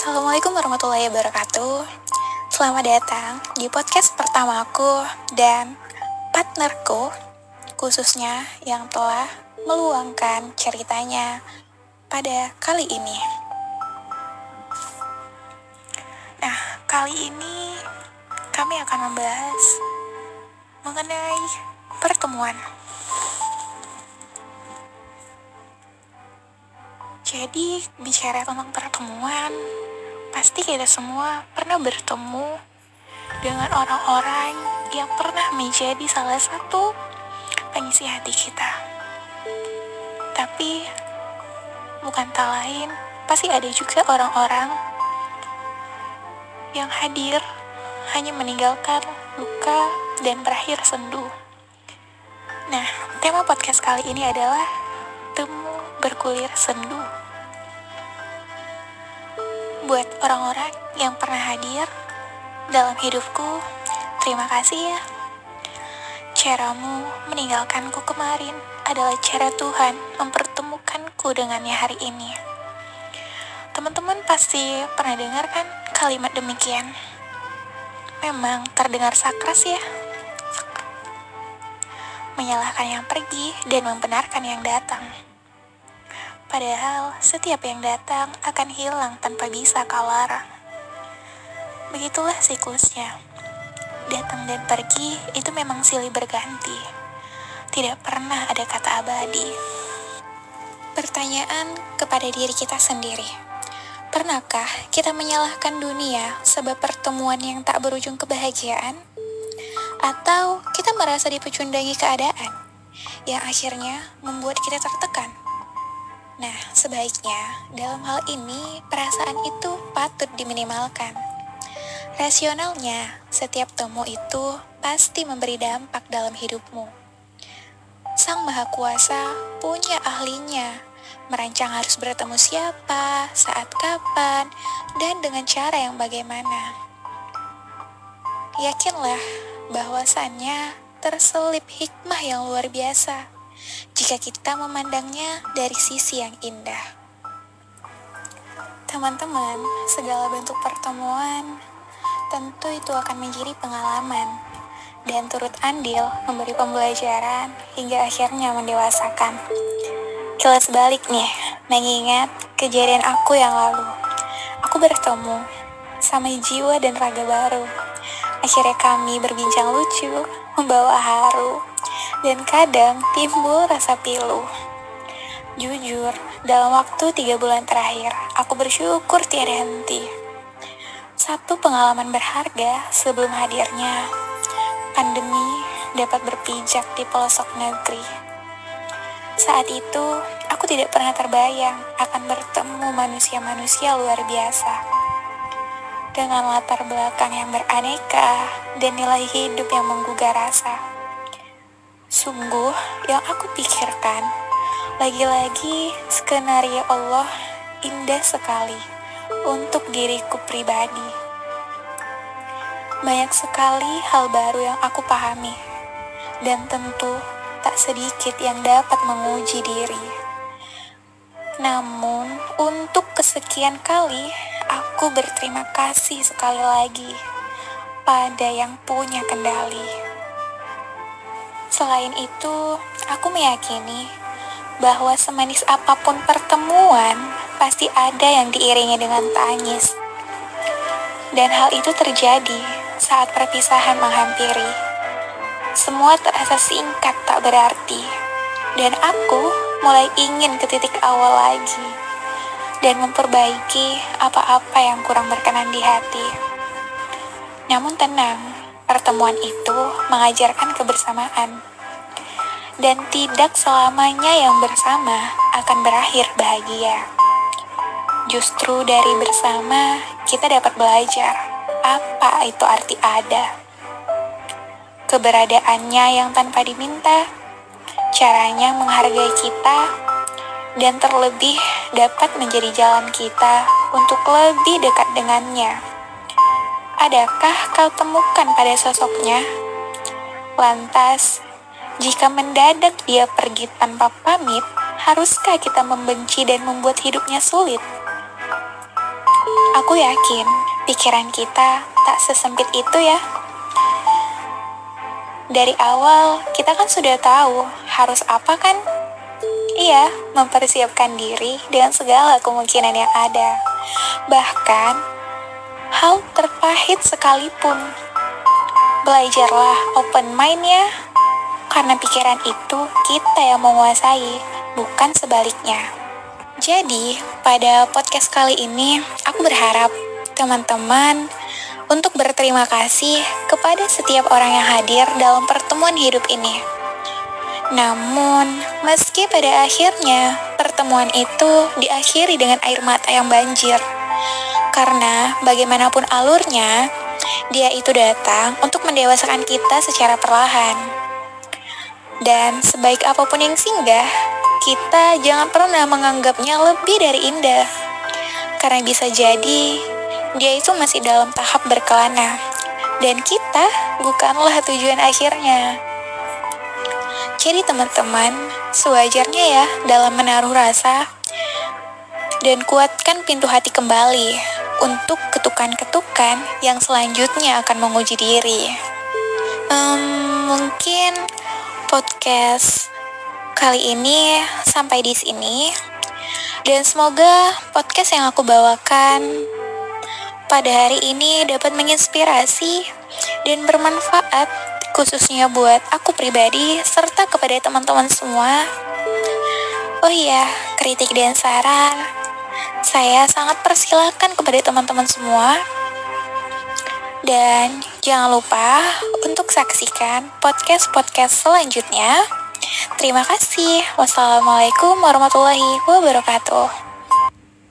Assalamualaikum warahmatullahi wabarakatuh. Selamat datang di podcast pertamaku dan partnerku, khususnya yang telah meluangkan ceritanya pada kali ini. Nah, kali ini kami akan membahas mengenai pertemuan. Jadi, bicara tentang pertemuan, pasti kita semua pernah bertemu dengan orang-orang yang pernah menjadi salah satu pengisi hati kita. Tapi, bukan tak lain, pasti ada juga orang-orang yang hadir hanya meninggalkan luka dan berakhir sendu. Nah, tema podcast kali ini adalah temu bergulir sendu. Buat orang-orang yang pernah hadir dalam hidupku, terima kasih ya. Caramu meninggalkanku kemarin adalah cara Tuhan mempertemukanku dengannya hari ini. Teman-teman pasti pernah dengar kan kalimat demikian? Memang terdengar sakras ya. Menyalahkan yang pergi dan membenarkan yang datang. Padahal setiap yang datang akan hilang tanpa bisa kau larang. Begitulah siklusnya. Datang dan pergi itu memang silih berganti. Tidak pernah ada kata abadi. Pertanyaan kepada diri kita sendiri. Pernahkah kita menyalahkan dunia sebab pertemuan yang tak berujung kebahagiaan? Atau kita merasa dipecundangi keadaan yang akhirnya membuat kita tertekan? Nah, sebaiknya dalam hal ini perasaan itu patut diminimalkan. Rasionalnya, setiap temu itu pasti memberi dampak dalam hidupmu. Sang Maha Kuasa punya ahlinya, merancang harus bertemu siapa, saat kapan, dan dengan cara yang bagaimana. Yakinlah bahwasannya terselip hikmah yang luar biasa jika kita memandangnya dari sisi yang indah. Teman-teman, segala bentuk pertemuan tentu itu akan menjadi pengalaman dan turut andil memberi pembelajaran hingga akhirnya mendewasakan. Kilas balik nih, mengingat kejadian aku yang lalu. Aku bertemu sama jiwa dan raga baru. Akhirnya kami berbincang lucu, membawa haru, dan kadang timbul rasa pilu. Jujur, dalam waktu 3 bulan terakhir, aku bersyukur tiada henti. Satu pengalaman berharga sebelum hadirnya pandemi dapat berpijak di pelosok negeri. Saat itu, aku tidak pernah terbayang akan bertemu manusia-manusia luar biasa. Dengan latar belakang yang beraneka dan nilai hidup yang menggugah rasa. Sungguh, yang aku pikirkan, lagi-lagi skenario Allah indah sekali untuk diriku pribadi. Banyak sekali hal baru yang aku pahami, dan tentu tak sedikit yang dapat menguji diri. Namun, untuk kesekian kali, aku berterima kasih sekali lagi pada yang punya kendali. Selain itu, aku meyakini bahwa semanis apapun pertemuan, pasti ada yang diiringi dengan tangis. Dan hal itu terjadi saat perpisahan menghampiri. Semua terasa singkat tak berarti. Dan aku mulai ingin ke titik awal lagi. Dan memperbaiki apa-apa yang kurang berkenan di hati. Namun tenang. Pertemuan itu mengajarkan kebersamaan. Dan tidak selamanya yang bersama akan berakhir bahagia. Justru dari bersama, kita dapat belajar apa itu arti ada. Keberadaannya yang tanpa diminta, caranya menghargai kita, dan terlebih dapat menjadi jalan kita untuk lebih dekat dengannya. Adakah kau temukan pada sosoknya? Lantas, jika mendadak dia pergi tanpa pamit, haruskah kita membenci dan membuat hidupnya sulit? Aku yakin pikiran kita tak sesempit itu ya. Dari awal kita kan sudah tahu harus apa kan? Iya, mempersiapkan diri dengan segala kemungkinan yang ada. Bahkan hal terpahit sekalipun. Belajarlah open mind ya. Karena pikiran itu kita yang menguasai, bukan sebaliknya. Jadi, pada podcast kali ini, aku berharap teman-teman untuk berterima kasih kepada setiap orang yang hadir dalam pertemuan hidup ini. Namun, meski pada akhirnya pertemuan itu diakhiri dengan air mata yang banjir, karena bagaimanapun alurnya, dia itu datang untuk mendewasakan kita secara perlahan. Dan sebaik apapun yang singgah, kita jangan pernah menganggapnya lebih dari indah. Karena bisa jadi, dia itu masih dalam tahap berkelana. Dan kita bukanlah tujuan akhirnya. Jadi teman-teman, sewajarnya ya dalam menaruh rasa. Dan kuatkan pintu hati kembali untuk ketukan-ketukan yang selanjutnya akan menguji diri. Mungkin podcast kali ini sampai di sini. Dan semoga podcast yang aku bawakan pada hari ini dapat menginspirasi dan bermanfaat, khususnya buat aku pribadi serta kepada teman-teman semua. Oh iya, kritik dan saran saya sangat persilahkan kepada teman-teman semua. Dan jangan lupa untuk saksikan podcast-podcast selanjutnya. Terima kasih. Wassalamualaikum warahmatullahi wabarakatuh.